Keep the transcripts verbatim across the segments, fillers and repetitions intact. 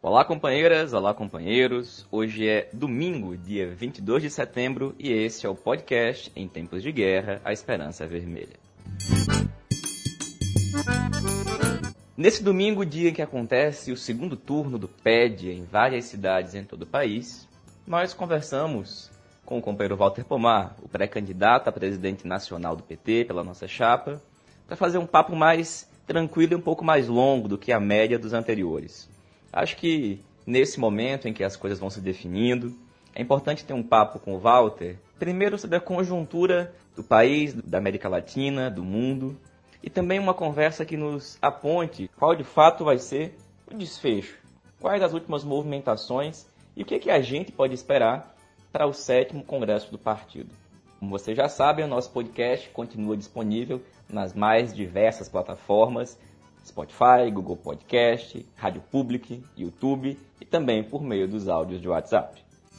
Olá, companheiras, olá, companheiros. Hoje é domingo, dia vinte e dois de setembro, e esse é o podcast Em Tempos de Guerra, a Esperança Vermelha. Nesse domingo, dia em que acontece o segundo turno do P E D em várias cidades em todo o país, nós conversamos com o companheiro Walter Pomar, o pré-candidato a presidente nacional do P T pela nossa chapa, para fazer um papo mais tranquilo e um pouco mais longo do que a média dos anteriores. Acho que nesse momento em que as coisas vão se definindo, é importante ter um papo com o Walter, primeiro sobre a conjuntura do país, da América Latina, do mundo, e também uma conversa que nos aponte qual de fato vai ser o desfecho, quais as últimas movimentações e o que, é que a gente pode esperar para o sétimo Congresso do Partido. Como vocês já sabem, o nosso podcast continua disponível nas mais diversas plataformas, Spotify, Google Podcast, Rádio Public, YouTube e também por meio dos áudios de WhatsApp.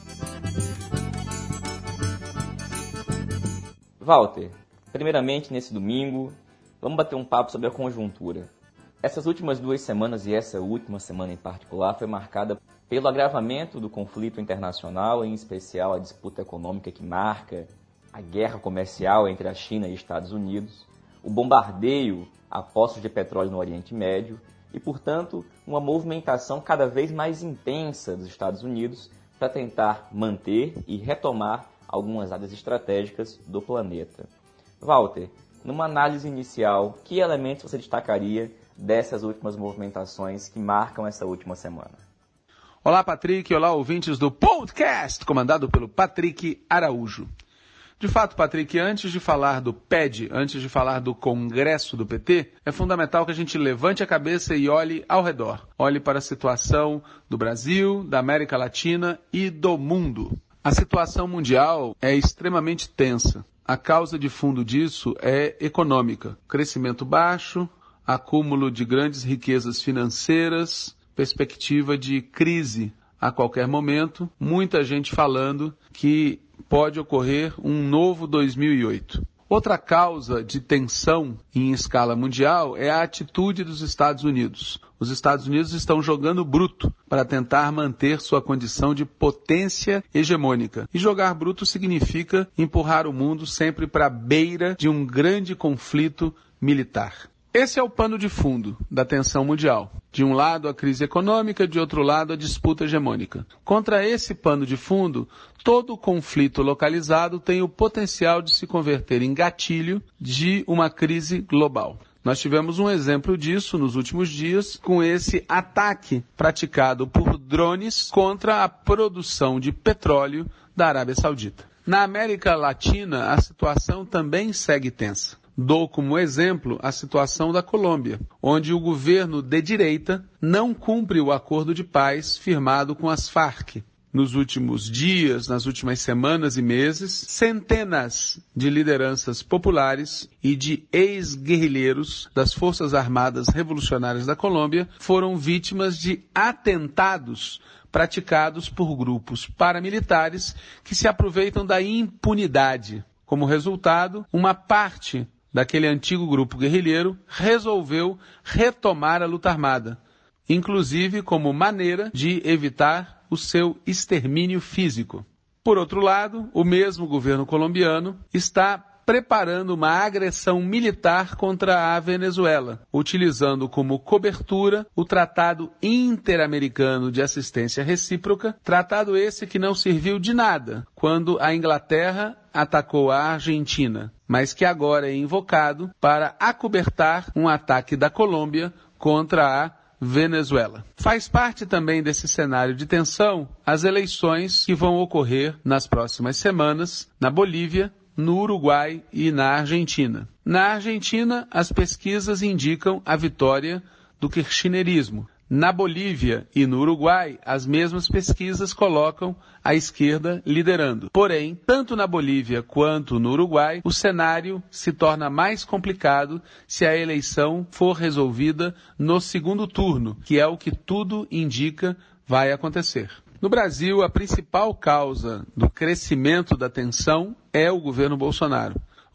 Walter, primeiramente nesse domingo, vamos bater um papo sobre a conjuntura. Essas últimas duas semanas e essa última semana em particular foi marcada pelo agravamento do conflito internacional, em especial a disputa econômica que marca a guerra comercial entre a China e Estados Unidos, o bombardeio a poços de petróleo no Oriente Médio e, portanto, uma movimentação cada vez mais intensa dos Estados Unidos para tentar manter e retomar algumas áreas estratégicas do planeta. Walter, numa análise inicial, que elementos você destacaria dessas últimas movimentações que marcam essa última semana? Olá, Patrick. Olá, ouvintes do podcast, comandado pelo Patrick Araújo. De fato, Patrick, antes de falar do P E D, antes de falar do Congresso do P T, é fundamental que a gente levante a cabeça e olhe ao redor. Olhe para a situação do Brasil, da América Latina e do mundo. A situação mundial é extremamente tensa. A causa de fundo disso é econômica. Crescimento baixo, acúmulo de grandes riquezas financeiras, perspectiva de crise a qualquer momento, muita gente falando que pode ocorrer um novo dois mil e oito. Outra causa de tensão em escala mundial é a atitude dos Estados Unidos. Os Estados Unidos estão jogando bruto para tentar manter sua condição de potência hegemônica. E jogar bruto significa empurrar o mundo sempre para a beira de um grande conflito militar. Esse é o pano de fundo da tensão mundial. De um lado, a crise econômica, de outro lado, a disputa hegemônica. Contra esse pano de fundo, todo conflito localizado tem o potencial de se converter em gatilho de uma crise global. Nós tivemos um exemplo disso nos últimos dias com esse ataque praticado por drones contra a produção de petróleo da Arábia Saudita. Na América Latina, a situação também segue tensa. Dou como exemplo a situação da Colômbia, onde o governo de direita não cumpre o acordo de paz firmado com as Farc. Nos últimos dias, nas últimas semanas e meses, centenas de lideranças populares e de ex-guerrilheiros das Forças Armadas Revolucionárias da Colômbia foram vítimas de atentados praticados por grupos paramilitares que se aproveitam da impunidade. Como resultado, uma parte daquele antigo grupo guerrilheiro resolveu retomar a luta armada, inclusive como maneira de evitar o seu extermínio físico. Por outro lado, o mesmo governo colombiano está preparando uma agressão militar contra a Venezuela, utilizando como cobertura o Tratado Interamericano de Assistência Recíproca, tratado esse que não serviu de nada quando a Inglaterra atacou a Argentina, mas que agora é invocado para acobertar um ataque da Colômbia contra a Venezuela. Faz parte também desse cenário de tensão as eleições que vão ocorrer nas próximas semanas na Bolívia, no Uruguai e na Argentina. Na Argentina, as pesquisas indicam a vitória do kirchnerismo. Na Bolívia e no Uruguai, as mesmas pesquisas colocam a esquerda liderando. Porém, tanto na Bolívia quanto no Uruguai, o cenário se torna mais complicado se a eleição for resolvida no segundo turno, que é o que tudo indica vai acontecer. No Brasil, a principal causa do crescimento da tensão é o governo Bolsonaro.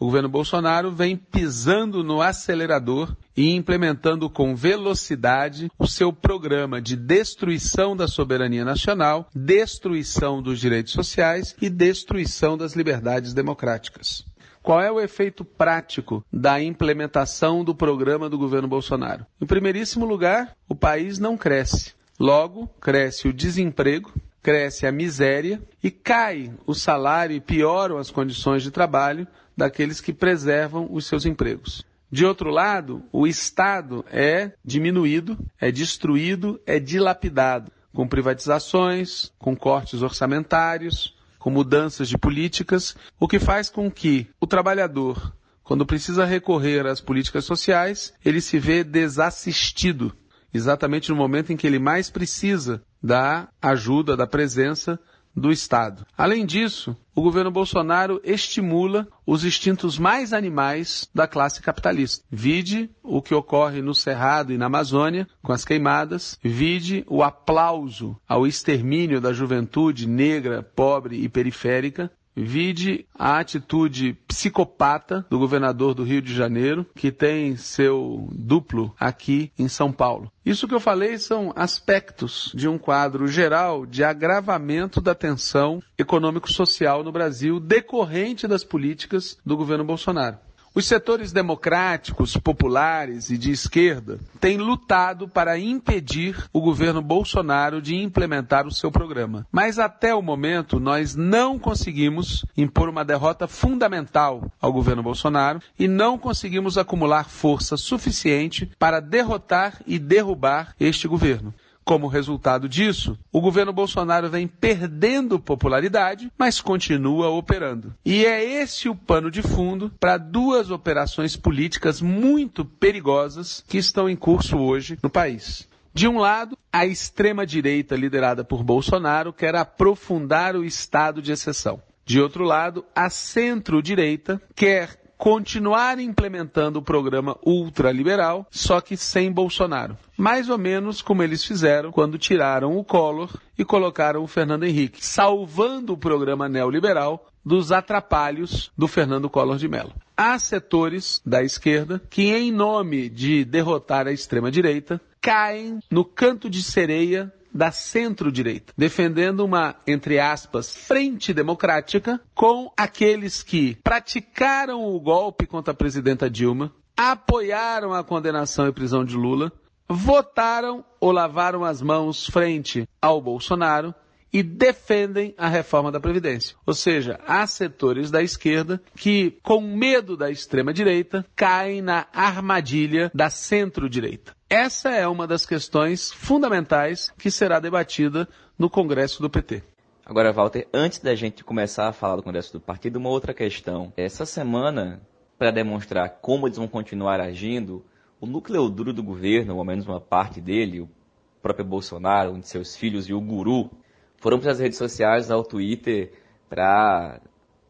O governo Bolsonaro vem pisando no acelerador e implementando com velocidade o seu programa de destruição da soberania nacional, destruição dos direitos sociais e destruição das liberdades democráticas. Qual é o efeito prático da implementação do programa do governo Bolsonaro? Em primeiríssimo lugar, o país não cresce. Logo, cresce o desemprego, cresce a miséria e cai o salário e pioram as condições de trabalho daqueles que preservam os seus empregos. De outro lado, o Estado é diminuído, é destruído, é dilapidado, com privatizações, com cortes orçamentários, com mudanças de políticas, o que faz com que o trabalhador, quando precisa recorrer às políticas sociais, ele se vê desassistido, exatamente no momento em que ele mais precisa da ajuda, da presença do Estado. Além disso, o governo Bolsonaro estimula os instintos mais animais da classe capitalista. Vide o que ocorre no Cerrado e na Amazônia, com as queimadas. Vide o aplauso ao extermínio da juventude negra, pobre e periférica. Vide a atitude psicopata do governador do Rio de Janeiro, que tem seu duplo aqui em São Paulo. Isso que eu falei são aspectos de um quadro geral de agravamento da tensão econômico-social no Brasil decorrente das políticas do governo Bolsonaro. Os setores democráticos, populares e de esquerda têm lutado para impedir o governo Bolsonaro de implementar o seu programa. Mas até o momento nós não conseguimos impor uma derrota fundamental ao governo Bolsonaro e não conseguimos acumular força suficiente para derrotar e derrubar este governo. Como resultado disso, o governo Bolsonaro vem perdendo popularidade, mas continua operando. E é esse o pano de fundo para duas operações políticas muito perigosas que estão em curso hoje no país. De um lado, a extrema-direita liderada por Bolsonaro quer aprofundar o estado de exceção. De outro lado, a centro-direita quer continuar implementando o programa ultraliberal, só que sem Bolsonaro. Mais ou menos como eles fizeram quando tiraram o Collor e colocaram o Fernando Henrique, salvando o programa neoliberal dos atrapalhos do Fernando Collor de Mello. Há setores da esquerda que, em nome de derrotar a extrema-direita, caem no canto de sereia da centro-direita, defendendo uma, entre aspas, frente democrática com aqueles que praticaram o golpe contra a presidenta Dilma, apoiaram a condenação e prisão de Lula, votaram ou lavaram as mãos frente ao Bolsonaro e defendem a reforma da Previdência. Ou seja, há setores da esquerda que, com medo da extrema-direita, caem na armadilha da centro-direita. Essa é uma das questões fundamentais que será debatida no Congresso do P T. Agora, Walter, antes da gente começar a falar do Congresso do Partido, uma outra questão. Essa semana, para demonstrar como eles vão continuar agindo, o núcleo duro do governo, ou ao menos uma parte dele, o próprio Bolsonaro, um de seus filhos e o guru, foram para as redes sociais, ao Twitter, para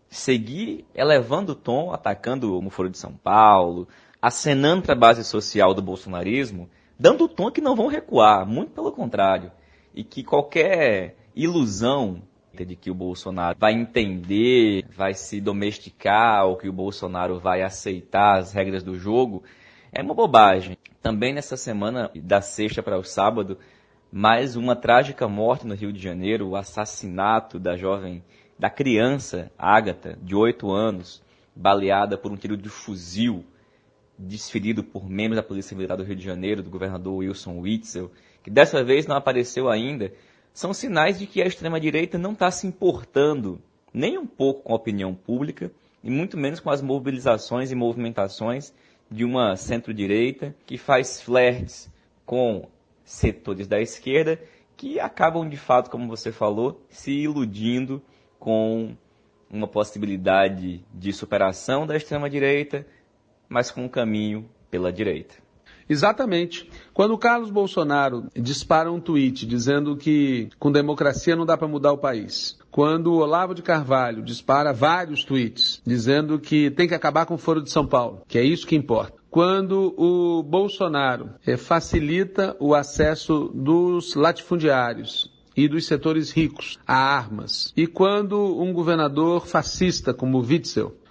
seguir elevando o tom, atacando o Foro de São Paulo, acenando para a base social do bolsonarismo, dando o tom que não vão recuar, muito pelo contrário, e que qualquer ilusão de que o Bolsonaro vai entender, vai se domesticar, ou que o Bolsonaro vai aceitar as regras do jogo, é uma bobagem. Também nessa semana, da sexta para o sábado, mais uma trágica morte no Rio de Janeiro, o assassinato da jovem, da criança Ágata, de oito anos, baleada por um tiro de fuzil, desferido por membros da Polícia Militar do Rio de Janeiro, do governador Wilson Witzel, que dessa vez não apareceu ainda, são sinais de que a extrema-direita não está se importando nem um pouco com a opinião pública, e muito menos com as mobilizações e movimentações de uma centro-direita que faz flertes com setores da esquerda que acabam, de fato, como você falou, se iludindo com uma possibilidade de superação da extrema-direita, mas com um caminho pela direita. Exatamente. Quando o Carlos Bolsonaro dispara um tweet dizendo que com democracia não dá para mudar o país, quando o Olavo de Carvalho dispara vários tweets dizendo que tem que acabar com o Foro de São Paulo, que é isso que importa, quando o Bolsonaro eh, facilita o acesso dos latifundiários e dos setores ricos a armas, e quando um governador fascista como Witzel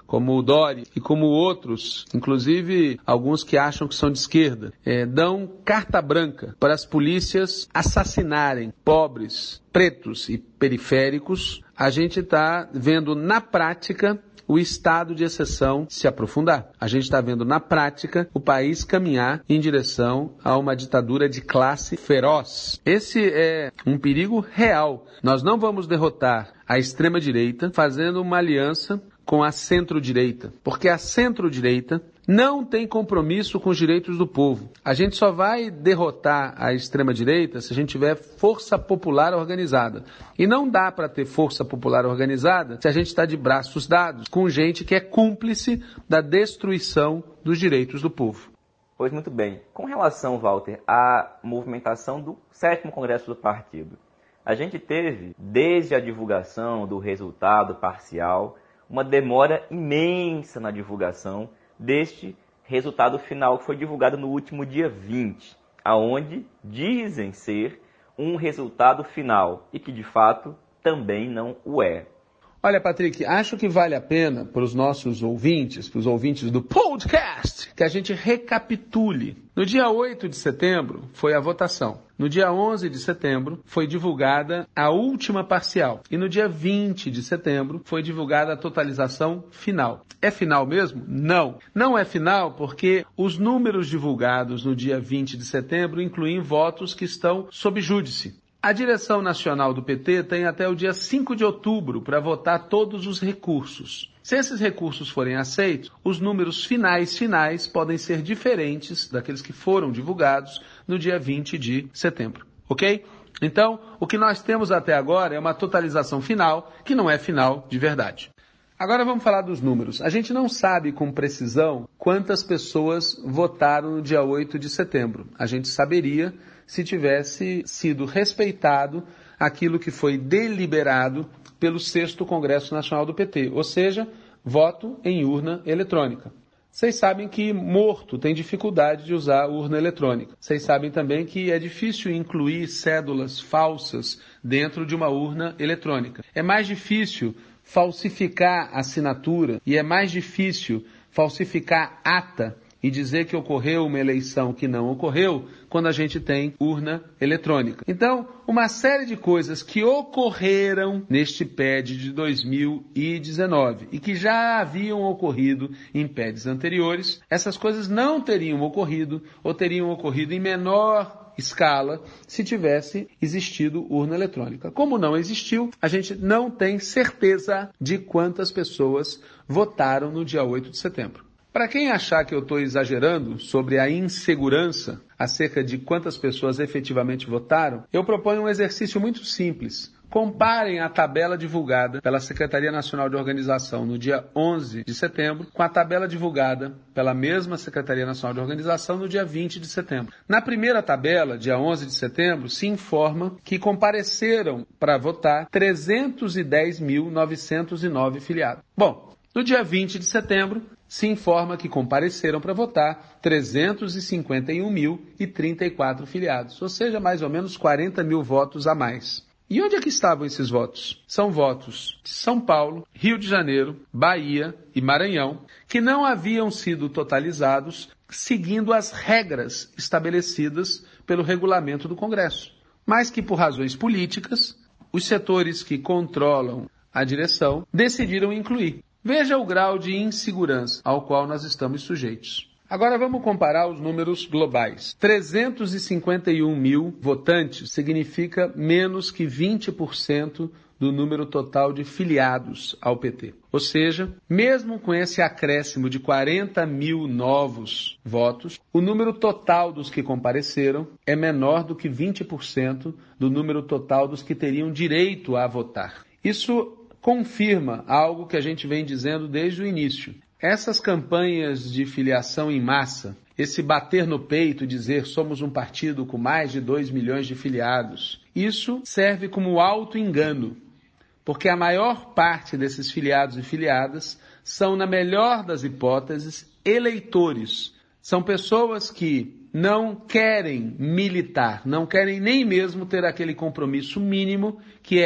como o Dória e como outros, inclusive alguns que acham que são de esquerda, é, dão carta branca para as polícias assassinarem pobres, pretos e periféricos, a gente está vendo na prática o estado de exceção se aprofundar. A gente está vendo na prática o país caminhar em direção a uma ditadura de classe feroz. Esse é um perigo real. Nós não vamos derrotar a extrema-direita fazendo uma aliança com a centro-direita, porque a centro-direita não tem compromisso com os direitos do povo. A gente só vai derrotar a extrema-direita se a gente tiver força popular organizada. E não dá para ter força popular organizada se a gente está de braços dados com gente que é cúmplice da destruição dos direitos do povo. Pois muito bem. Com relação, Walter, à movimentação do sétimo Congresso do Partido, a gente teve, desde a divulgação do resultado parcial, uma demora imensa na divulgação deste resultado final que foi divulgado no último dia vinte, aonde dizem ser um resultado final e que de fato também não o é. Olha, Patrick, acho que vale a pena para os nossos ouvintes, para os ouvintes do podcast, que a gente recapitule. No dia oito de setembro foi a votação. No dia onze de setembro foi divulgada a última parcial. E no dia vinte de setembro foi divulgada a totalização final. É final mesmo? Não. Não é final porque os números divulgados no dia vinte de setembro incluem votos que estão sob júdice. A direção nacional do P T tem até o dia cinco de outubro para votar todos os recursos. Se esses recursos forem aceitos, os números finais finais podem ser diferentes daqueles que foram divulgados no dia vinte de setembro. Ok? Então, o que nós temos até agora é uma totalização final que não é final de verdade. Agora vamos falar dos números. A gente não sabe com precisão quantas pessoas votaram no dia oito de setembro. A gente saberia se tivesse sido respeitado aquilo que foi deliberado pelo sexto Congresso Nacional do P T, ou seja, voto em urna eletrônica. Vocês sabem que morto tem dificuldade de usar urna eletrônica. Vocês sabem também que é difícil incluir cédulas falsas dentro de uma urna eletrônica. É mais difícil falsificar assinatura e é mais difícil falsificar ata e dizer que ocorreu uma eleição que não ocorreu quando a gente tem urna eletrônica. Então, uma série de coisas que ocorreram neste P E D de dois mil e dezenove e que já haviam ocorrido em P E Ds anteriores, essas coisas não teriam ocorrido ou teriam ocorrido em menor escala se tivesse existido urna eletrônica. Como não existiu, a gente não tem certeza de quantas pessoas votaram no dia oito de setembro. Para quem achar que eu estou exagerando sobre a insegurança acerca de quantas pessoas efetivamente votaram, eu proponho um exercício muito simples. Comparem a tabela divulgada pela Secretaria Nacional de Organização no dia onze de setembro com a tabela divulgada pela mesma Secretaria Nacional de Organização no dia vinte de setembro. Na primeira tabela, dia onze de setembro, se informa que compareceram para votar trezentos e dez mil novecentos e nove filiados. Bom, no dia vinte de setembro, se informa que compareceram para votar trezentos e cinquenta e um mil e trinta e quatro filiados, ou seja, mais ou menos quarenta mil votos a mais. E onde é que estavam esses votos? São votos de São Paulo, Rio de Janeiro, Bahia e Maranhão, que não haviam sido totalizados seguindo as regras estabelecidas pelo regulamento do Congresso, mas que por razões políticas, os setores que controlam a direção decidiram incluir. Veja o grau de insegurança ao qual nós estamos sujeitos. Agora vamos comparar os números globais. trezentos e cinquenta e um mil votantes significa menos que vinte por cento do número total de filiados ao P T. Ou seja, mesmo com esse acréscimo de quarenta mil novos votos, o número total dos que compareceram é menor do que vinte por cento do número total dos que teriam direito a votar. Isso confirma algo que a gente vem dizendo desde o início. Essas campanhas de filiação em massa, esse bater no peito e dizer somos um partido com mais de dois milhões de filiados, isso serve como auto-engano, porque a maior parte desses filiados e filiadas são, na melhor das hipóteses, eleitores. São pessoas que não querem militar, não querem nem mesmo ter aquele compromisso mínimo que é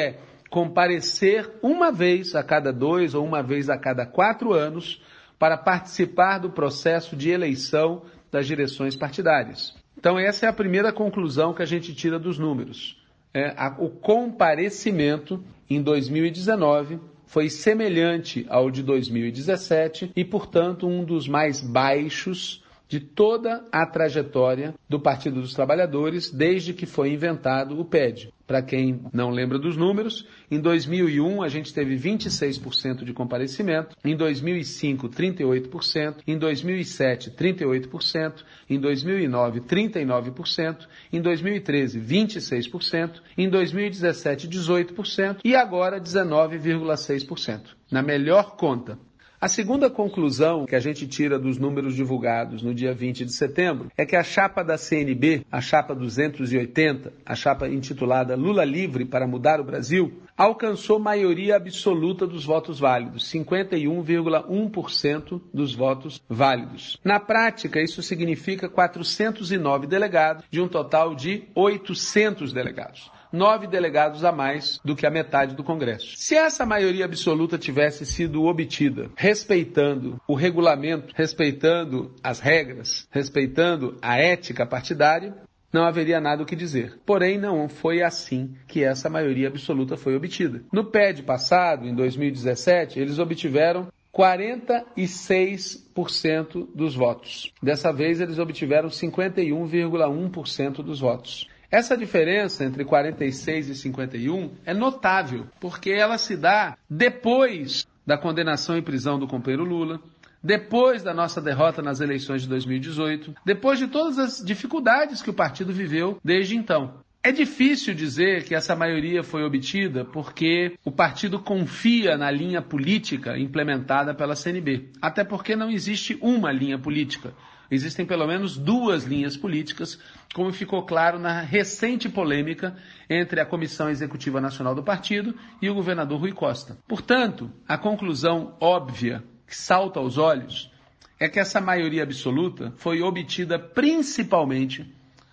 comparecer uma vez a cada dois ou uma vez a cada quatro anos para participar do processo de eleição das direções partidárias. Então essa é a primeira conclusão que a gente tira dos números. É, a, o comparecimento em dois mil e dezenove foi semelhante ao de dois mil e dezessete e, portanto, um dos mais baixos de toda a trajetória do Partido dos Trabalhadores desde que foi inventado o P E D. Para quem não lembra dos números, em dois mil e um a gente teve vinte e seis por cento de comparecimento, em dois mil e cinco trinta e oito por cento, em dois mil e sete trinta e oito por cento, em dois mil e nove trinta e nove por cento, em dois mil e treze vinte e seis por cento, em dois mil e dezessete dezoito por cento e agora dezenove vírgula seis por cento. Na melhor conta. A segunda conclusão que a gente tira dos números divulgados no dia vinte de setembro é que a chapa da C N B, a chapa duzentos e oitenta, a chapa intitulada Lula Livre para Mudar o Brasil, alcançou maioria absoluta dos votos válidos, cinquenta e um vírgula um por cento dos votos válidos. Na prática, isso significa quatrocentos e nove delegados de um total de oitocentos delegados. Nove delegados a mais do que a metade do Congresso. Se essa maioria absoluta tivesse sido obtida respeitando o regulamento, respeitando as regras, respeitando a ética partidária, não haveria nada o que dizer. Porém, não foi assim que essa maioria absoluta foi obtida. No P E D passado, em dois mil e dezessete, eles obtiveram quarenta e seis por cento dos votos. Dessa vez, eles obtiveram cinquenta e um vírgula um por cento dos votos. Essa diferença entre quarenta e seis e cinquenta e um é notável, porque ela se dá depois da condenação e prisão do companheiro Lula, depois da nossa derrota nas eleições de dois mil e dezoito, depois de todas as dificuldades que o partido viveu desde então. É difícil dizer que essa maioria foi obtida porque o partido confia na linha política implementada pela C N B, até porque não existe uma linha política. Existem pelo menos duas linhas políticas, como ficou claro na recente polêmica entre a Comissão Executiva Nacional do Partido e o governador Rui Costa. Portanto, a conclusão óbvia que salta aos olhos é que essa maioria absoluta foi obtida principalmente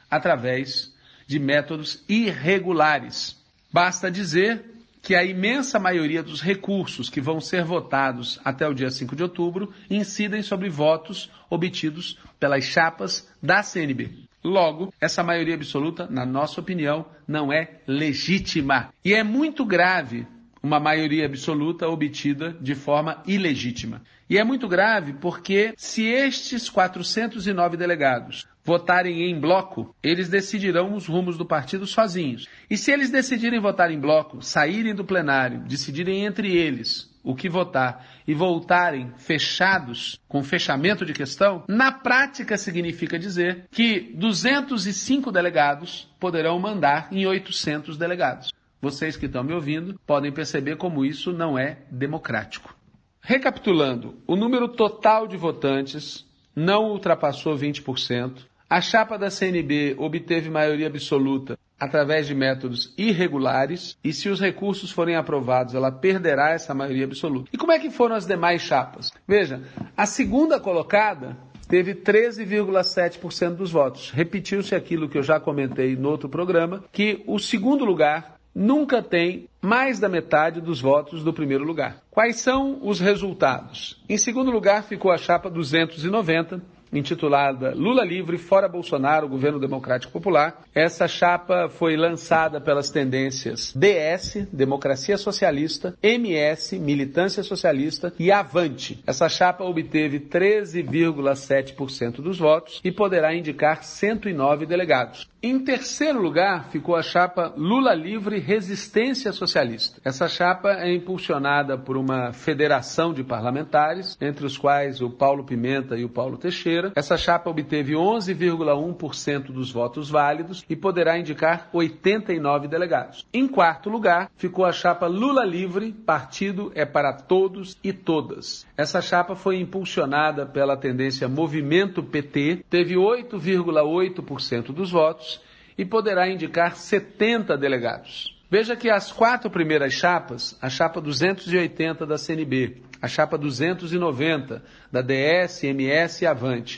através de métodos irregulares. Basta dizer que a imensa maioria dos recursos que vão ser votados até o dia cinco de outubro incidem sobre votos obtidos pelas chapas da C N B. Logo, essa maioria absoluta, na nossa opinião, não é legítima. E é muito grave uma maioria absoluta obtida de forma ilegítima. E é muito grave porque se estes quatrocentos e nove delegados votarem em bloco, eles decidirão os rumos do partido sozinhos. E se eles decidirem votar em bloco, saírem do plenário, decidirem entre eles o que votar e voltarem fechados, com fechamento de questão, na prática significa dizer que duzentos e cinco delegados poderão mandar em oitocentos delegados. Vocês que estão me ouvindo podem perceber como isso não é democrático. Recapitulando, o número total de votantes não ultrapassou vinte por cento. A chapa da C N B obteve maioria absoluta através de métodos irregulares e se os recursos forem aprovados, ela perderá essa maioria absoluta. E como é que foram as demais chapas? Veja, a segunda colocada teve treze vírgula sete por cento dos votos. Repetiu-se aquilo que eu já comentei no outro programa, que o segundo lugar nunca tem mais da metade dos votos do primeiro lugar. Quais são os resultados? Em segundo lugar ficou a chapa duzentos e noventa, intitulada Lula Livre, Fora Bolsonaro, Governo Democrático Popular. Essa chapa foi lançada pelas tendências D S, Democracia Socialista, M S, Militância Socialista e Avante. Essa chapa obteve treze vírgula sete por cento dos votos e poderá indicar cento e nove delegados. Em terceiro lugar ficou a chapa Lula Livre, Resistência Socialista. Essa chapa é impulsionada por uma federação de parlamentares, entre os quais o Paulo Pimenta e o Paulo Teixeira. Essa chapa obteve onze vírgula um por cento dos votos válidos e poderá indicar oitenta e nove delegados. Em quarto lugar, ficou a chapa Lula Livre, Partido é para Todos e Todas. Essa chapa foi impulsionada pela tendência Movimento P T, teve oito vírgula oito por cento dos votos e poderá indicar setenta delegados. Veja que as quatro primeiras chapas, a chapa duzentos e oitenta da C N B, a chapa duzentos e noventa da D S, M S e Avante, a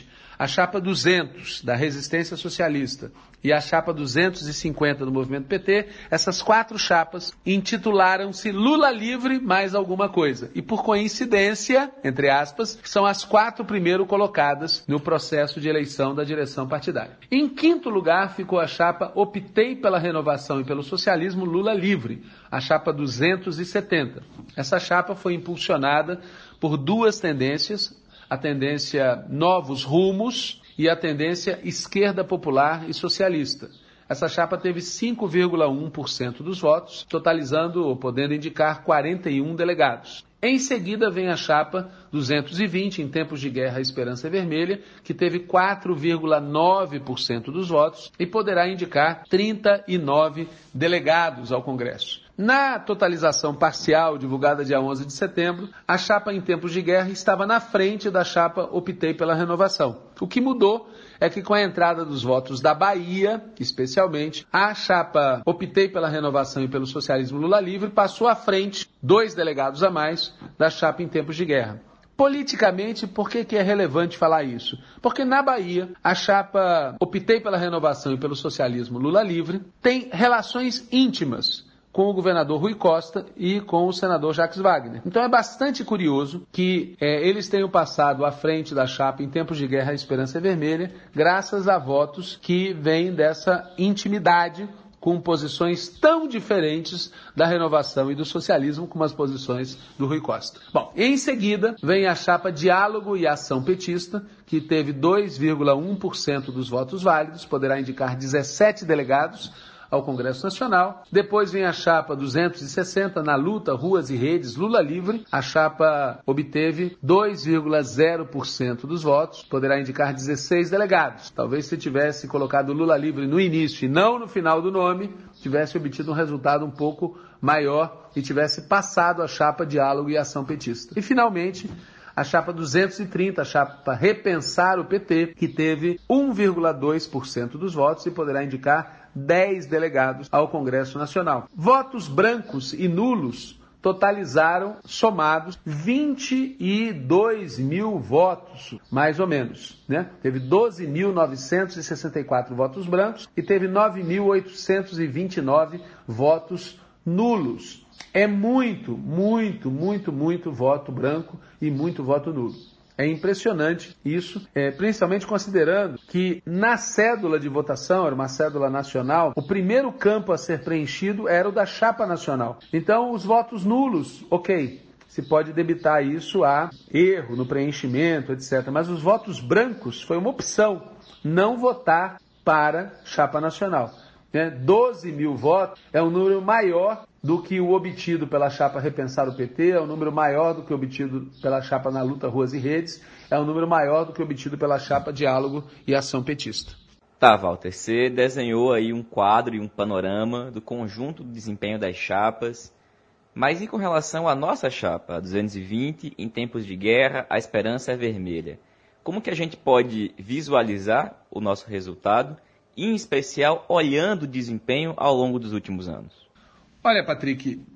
a chapa duzentos da Resistência Socialista e a chapa duzentos e cinquenta do Movimento P T, essas quatro chapas intitularam-se Lula Livre mais alguma coisa. E por coincidência, entre aspas, são as quatro primeiro colocadas no processo de eleição da direção partidária. Em quinto lugar ficou a chapa Optei pela Renovação e pelo Socialismo Lula Livre, a chapa duzentos e setenta. Essa chapa foi impulsionada por duas tendências, a tendência Novos Rumos e a tendência Esquerda Popular e Socialista. Essa chapa teve cinco vírgula um por cento dos votos, totalizando ou podendo indicar quarenta e um delegados. Em seguida vem a chapa duzentos e vinte, em tempos de guerra Esperança Vermelha, que teve quatro vírgula nove por cento dos votos e poderá indicar trinta e nove delegados ao Congresso. Na totalização parcial, divulgada dia onze de setembro, a chapa em tempos de guerra estava na frente da chapa Optei pela Renovação. O que mudou é que com a entrada dos votos da Bahia, especialmente, a chapa Optei pela Renovação e pelo Socialismo Lula Livre passou à frente, dois delegados a mais, da chapa em tempos de guerra. Politicamente, por que que é relevante falar isso? Porque na Bahia, a chapa Optei pela Renovação e pelo Socialismo Lula Livre tem relações íntimas com o governador Rui Costa e com o senador Jacques Wagner. Então é bastante curioso que é, eles tenham passado à frente da chapa em tempos de guerra Esperança Vermelha, graças a votos que vêm dessa intimidade com posições tão diferentes da renovação e do socialismo como as posições do Rui Costa. Bom, em seguida vem a chapa Diálogo e Ação Petista, que teve dois vírgula um por cento dos votos válidos, poderá indicar dezessete delegados ao Congresso Nacional. Depois vem a chapa duzentos e sessenta, na luta, ruas e redes, Lula Livre. A chapa obteve dois vírgula zero por cento dos votos, poderá indicar dezesseis delegados. Talvez se tivesse colocado Lula Livre no início e não no final do nome, tivesse obtido um resultado um pouco maior e tivesse passado a chapa Diálogo e Ação Petista. E finalmente, a chapa duzentos e trinta, a chapa Repensar o P T, que teve um vírgula dois por cento dos votos e poderá indicar dez delegados ao Congresso Nacional. Votos brancos e nulos totalizaram, somados, vinte e dois mil votos, mais ou menos, né? Teve doze mil novecentos e sessenta e quatro votos brancos e teve nove mil oitocentos e vinte e nove votos nulos. É muito, muito, muito, muito voto branco e muito voto nulo. É impressionante isso, é, principalmente considerando que na cédula de votação, era uma cédula nacional, o primeiro campo a ser preenchido era o da chapa nacional. Então, os votos nulos, ok, se pode debitar isso a erro no preenchimento, etcétera. Mas os votos brancos foi uma opção, não votar para chapa nacional. Né? doze mil votos é um número maior do que o obtido pela chapa Repensar o P T, é um número maior do que o obtido pela chapa Na Luta, Ruas e Redes, é um número maior do que o obtido pela chapa Diálogo e Ação Petista. Tá, Walter, você desenhou aí um quadro e um panorama do conjunto do desempenho das chapas, mas e com relação à nossa chapa, a duzentos e vinte, em tempos de guerra, a esperança é vermelha? Como que a gente pode visualizar o nosso resultado, em especial olhando o desempenho ao longo dos últimos anos? Olha, Patrick,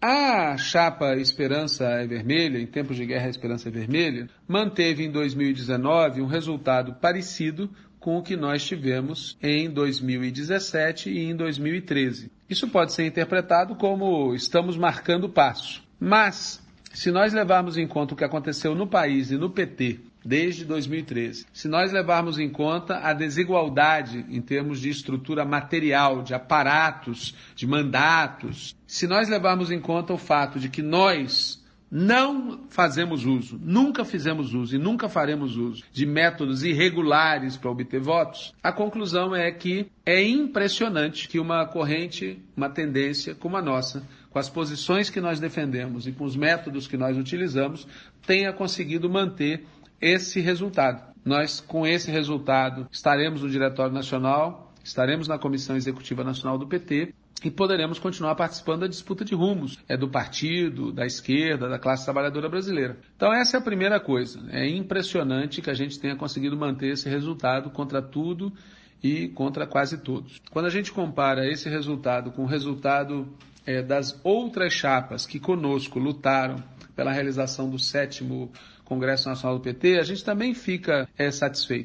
a chapa Esperança é Vermelha, em tempos de guerra a Esperança é Vermelha, manteve em dois mil e dezenove um resultado parecido com o que nós tivemos em dois mil e dezessete e em dois mil e treze. Isso pode ser interpretado como estamos marcando passo. Mas, se nós levarmos em conta o que aconteceu no país e no P T desde dois mil e treze, se nós levarmos em conta a desigualdade em termos de estrutura material, de aparatos, de mandatos, se nós levarmos em conta o fato de que nós não fazemos uso, nunca fizemos uso e nunca faremos uso de métodos irregulares para obter votos, a conclusão é que é impressionante que uma corrente, uma tendência como a nossa, com as posições que nós defendemos e com os métodos que nós utilizamos, tenha conseguido manter esse resultado. Nós, com esse resultado, estaremos no Diretório Nacional, estaremos na Comissão Executiva Nacional do P T e poderemos continuar participando da disputa de rumos, é do partido, da esquerda, da classe trabalhadora brasileira. Então essa é a primeira coisa. É impressionante que a gente tenha conseguido manter esse resultado contra tudo e contra quase todos. Quando a gente compara esse resultado com o resultado é, das outras chapas que conosco lutaram pela realização do sétimo Congresso Nacional do P T, a gente também fica é, satisfeito.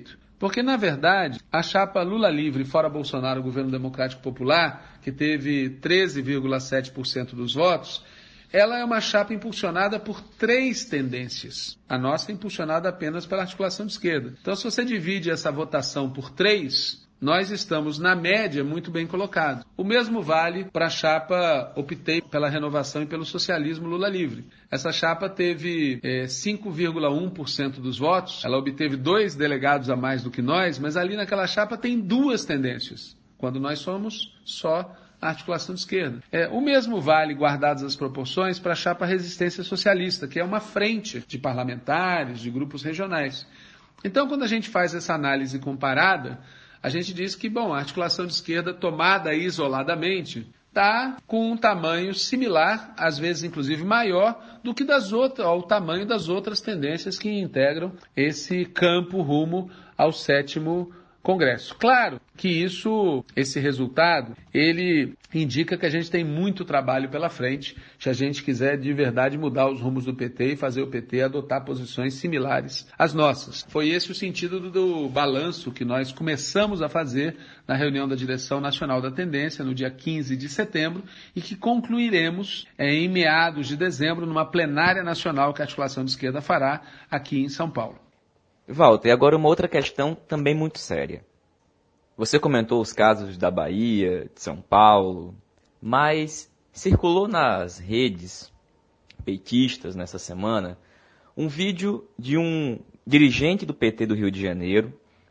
Porque, na verdade, a chapa Lula livre fora Bolsonaro, Governo Democrático Popular, que teve treze vírgula sete por cento dos votos, ela é uma chapa impulsionada por três tendências. A nossa é impulsionada apenas pela articulação de esquerda. Então, se você divide essa votação por três, nós estamos, na média, muito bem colocados. O mesmo vale para a chapa Optei pela Renovação e pelo Socialismo Lula Livre. Essa chapa teve é, cinco vírgula um por cento dos votos, ela obteve dois delegados a mais do que nós, mas ali naquela chapa tem duas tendências, quando nós somos só a articulação de esquerda. É, o mesmo vale, guardadas as proporções, para a chapa Resistência Socialista, que é uma frente de parlamentares, de grupos regionais. Então, quando a gente faz essa análise comparada, a gente diz que, bom, a articulação de esquerda tomada isoladamente está com um tamanho similar, às vezes inclusive maior, do que das outras, ao tamanho das outras tendências que integram esse campo rumo ao sétimo Congresso. Claro que isso, esse resultado, ele indica que a gente tem muito trabalho pela frente, se a gente quiser de verdade mudar os rumos do P T e fazer o P T adotar posições similares às nossas. Foi esse o sentido do, do balanço que nós começamos a fazer na reunião da Direção Nacional da Tendência, no dia quinze de setembro, e que concluiremos é, em meados de dezembro, numa plenária nacional que a articulação de esquerda fará aqui em São Paulo. Walter, e agora uma outra questão também muito séria. Você comentou os casos da Bahia, de São Paulo, mas circulou nas redes petistas nessa semana um vídeo de um dirigente do P T do Rio de Janeiro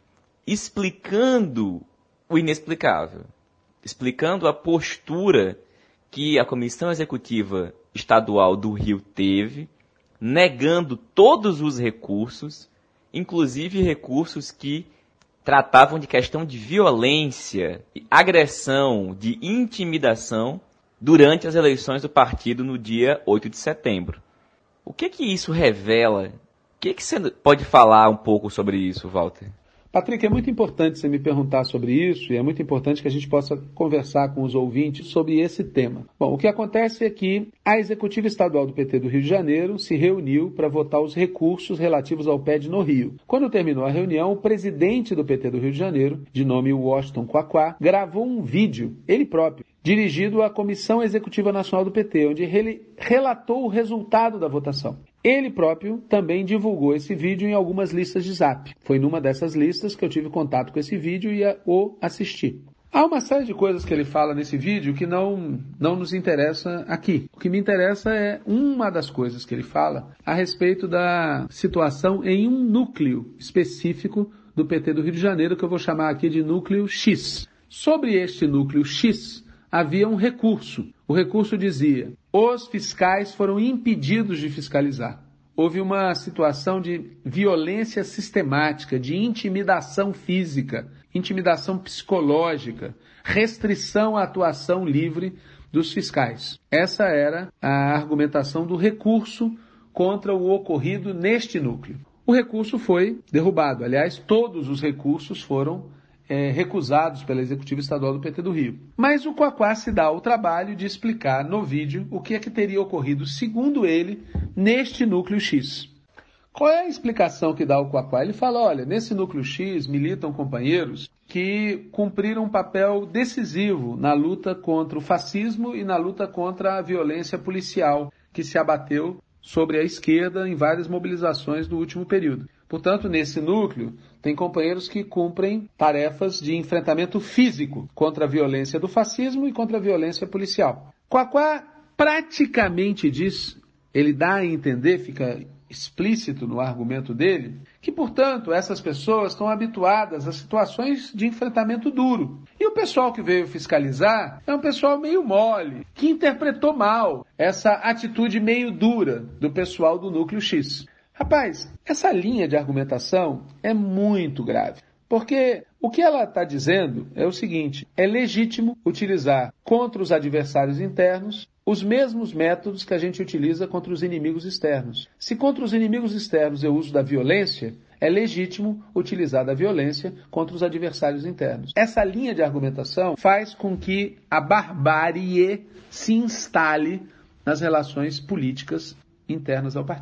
explicando o inexplicável, explicando a postura que a Comissão Executiva Estadual do Rio teve, negando todos os recursos, inclusive recursos que tratavam de questão de violência, de agressão, de intimidação durante as eleições do partido no dia oito de setembro. O que que isso revela? O que que você pode falar um pouco sobre isso, Walter? Patrick, é muito importante você me perguntar sobre isso e é muito importante que a gente possa conversar com os ouvintes sobre esse tema. Bom, o que acontece é que a Executiva Estadual do P T do Rio de Janeiro se reuniu para votar os recursos relativos ao P E D no Rio. Quando terminou a reunião, o presidente do P T do Rio de Janeiro, de nome Washington Quaquá, gravou um vídeo, ele próprio, dirigido à Comissão Executiva Nacional do P T, onde ele relatou o resultado da votação. Ele próprio também divulgou esse vídeo em algumas listas de Zap. Foi numa dessas listas que eu tive contato com esse vídeo e o assisti. Há uma série de coisas que ele fala nesse vídeo que não, não nos interessa aqui. O que me interessa é uma das coisas que ele fala a respeito da situação em um núcleo específico do P T do Rio de Janeiro, que eu vou chamar aqui de núcleo X. Sobre este núcleo X, havia um recurso. O recurso dizia: os fiscais foram impedidos de fiscalizar. Houve uma situação de violência sistemática, de intimidação física, intimidação psicológica, restrição à atuação livre dos fiscais. Essa era a argumentação do recurso contra o ocorrido neste núcleo. O recurso foi derrubado. Aliás, todos os recursos foram É, recusados pela Executiva Estadual do P T do Rio. Mas o Quaquá se dá o trabalho de explicar no vídeo o que é que teria ocorrido, segundo ele, neste núcleo X. Qual é a explicação que dá o Quaquá? Ele fala, olha, nesse núcleo X militam companheiros que cumpriram um papel decisivo na luta contra o fascismo e na luta contra a violência policial que se abateu sobre a esquerda em várias mobilizações do último período. Portanto, nesse núcleo, tem companheiros que cumprem tarefas de enfrentamento físico contra a violência do fascismo e contra a violência policial. Quaquá praticamente diz, ele dá a entender, fica explícito no argumento dele, que, portanto, essas pessoas estão habituadas a situações de enfrentamento duro. E o pessoal que veio fiscalizar é um pessoal meio mole, que interpretou mal essa atitude meio dura do pessoal do núcleo X. Rapaz, essa linha de argumentação é muito grave, porque o que ela está dizendo é o seguinte: é legítimo utilizar contra os adversários internos os mesmos métodos que a gente utiliza contra os inimigos externos. Se contra os inimigos externos eu uso da violência, é legítimo utilizar da violência contra os adversários internos. Essa linha de argumentação faz com que a barbárie se instale nas relações políticas internas ao partido.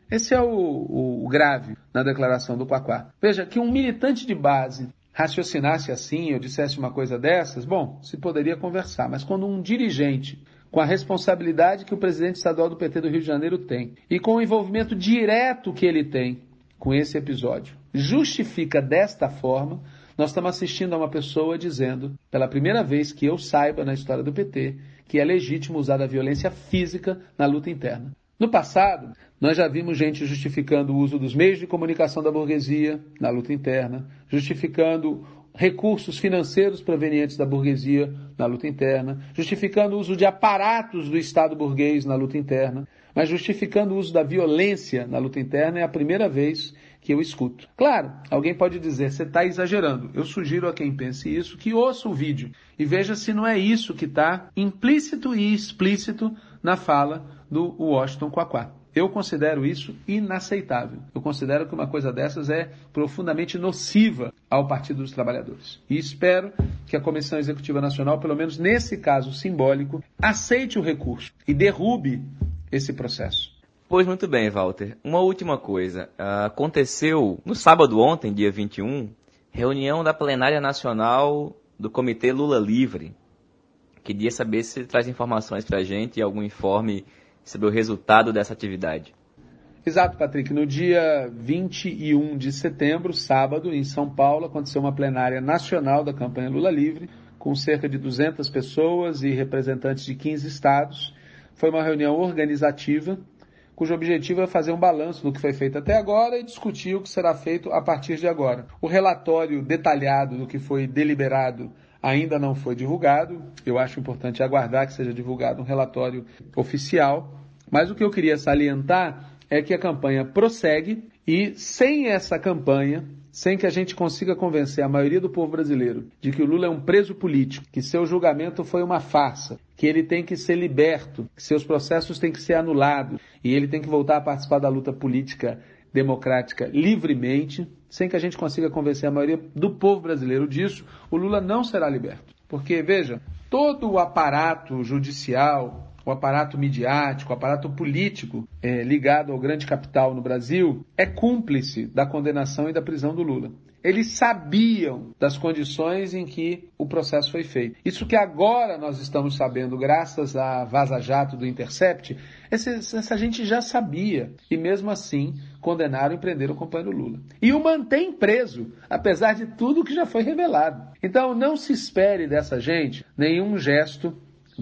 Esse é o, o, o grave na declaração do Quaquá. Veja, que um militante de base raciocinasse assim, ou dissesse uma coisa dessas, bom, se poderia conversar. Mas quando um dirigente, com a responsabilidade que o presidente estadual do P T do Rio de Janeiro tem, e com o envolvimento direto que ele tem com esse episódio, justifica desta forma, nós estamos assistindo a uma pessoa dizendo, pela primeira vez que eu saiba na história do P T, que é legítimo usar a violência física na luta interna. No passado, nós já vimos gente justificando o uso dos meios de comunicação da burguesia na luta interna, justificando recursos financeiros provenientes da burguesia na luta interna, justificando o uso de aparatos do Estado burguês na luta interna, mas justificando o uso da violência na luta interna é a primeira vez que eu escuto. Claro, alguém pode dizer, você está exagerando. Eu sugiro a quem pense isso que ouça o vídeo e veja se não é isso que está implícito e explícito na fala do Washington Quaquá. Eu considero isso inaceitável. Eu considero que uma coisa dessas é profundamente nociva ao Partido dos Trabalhadores. E espero que a Comissão Executiva Nacional, pelo menos nesse caso simbólico, aceite o recurso e derrube esse processo. Pois muito bem, Walter. Uma última coisa. Uh, aconteceu no sábado ontem, dia vinte e um, reunião da Plenária Nacional do Comitê Lula Livre. Queria saber se traz informações para a gente e algum informe sobre o resultado dessa atividade. Exato, Patrick. No dia vinte e um de setembro, sábado, em São Paulo, aconteceu uma plenária nacional da campanha Lula Livre, com cerca de duzentas pessoas e representantes de quinze estados. Foi uma reunião organizativa, cujo objetivo é fazer um balanço do que foi feito até agora e discutir o que será feito a partir de agora. O relatório detalhado do que foi deliberado ainda não foi divulgado. Eu acho importante aguardar que seja divulgado um relatório oficial. Mas o que eu queria salientar é que a campanha prossegue e sem essa campanha, sem que a gente consiga convencer a maioria do povo brasileiro de que o Lula é um preso político, que seu julgamento foi uma farsa, que ele tem que ser liberto, que seus processos têm que ser anulados e ele tem que voltar a participar da luta política democrática livremente, sem que a gente consiga convencer a maioria do povo brasileiro disso, o Lula não será liberto. Porque, veja, todo o aparato judicial, o aparato midiático, o aparato político é, ligado ao grande capital no Brasil é cúmplice da condenação e da prisão do Lula. Eles sabiam das condições em que o processo foi feito. Isso que agora nós estamos sabendo, graças à Vaza Jato do Intercept, essa, essa gente já sabia. E mesmo assim, condenaram e prenderam o companheiro Lula. E o mantém preso, apesar de tudo que já foi revelado. Então, não se espere dessa gente nenhum gesto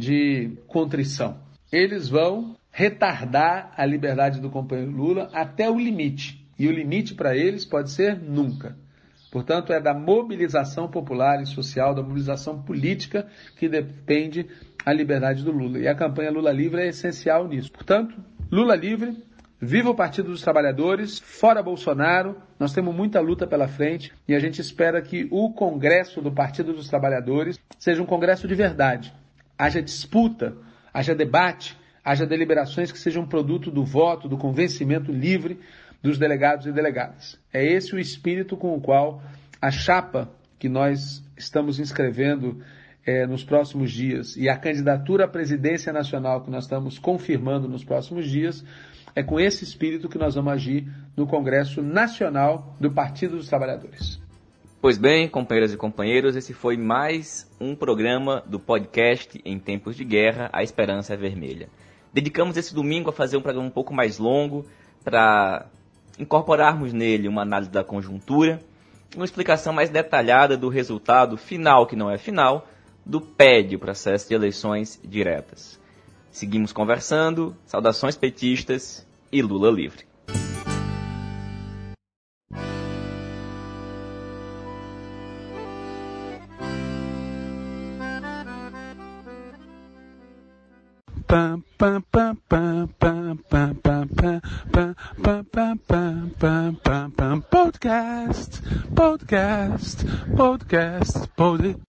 de contrição. Eles vão retardar a liberdade do companheiro Lula até o limite. E o limite para eles pode ser nunca. Portanto, é da mobilização popular e social, da mobilização política que depende a liberdade do Lula. E a campanha Lula Livre é essencial nisso. Portanto, Lula Livre, viva o Partido dos Trabalhadores, fora Bolsonaro, nós temos muita luta pela frente e a gente espera que o Congresso do Partido dos Trabalhadores seja um congresso de verdade. Haja disputa, haja debate, haja deliberações que sejam produto do voto, do convencimento livre dos delegados e delegadas. É esse o espírito com o qual a chapa que nós estamos inscrevendo é, nos próximos dias e a candidatura à presidência nacional que nós estamos confirmando nos próximos dias, é com esse espírito que nós vamos agir no Congresso Nacional do Partido dos Trabalhadores. Pois bem, companheiras e companheiros, esse foi mais um programa do podcast Em Tempos de Guerra, A Esperança é Vermelha. Dedicamos esse domingo a fazer um programa um pouco mais longo para incorporarmos nele uma análise da conjuntura e uma explicação mais detalhada do resultado final, que não é final, do P E D, o processo de eleições diretas. Seguimos conversando, saudações petistas e Lula livre. Pam pam pam pam pam pam pam pam pam pam pam pam pam pam podcast podcast podcast podcast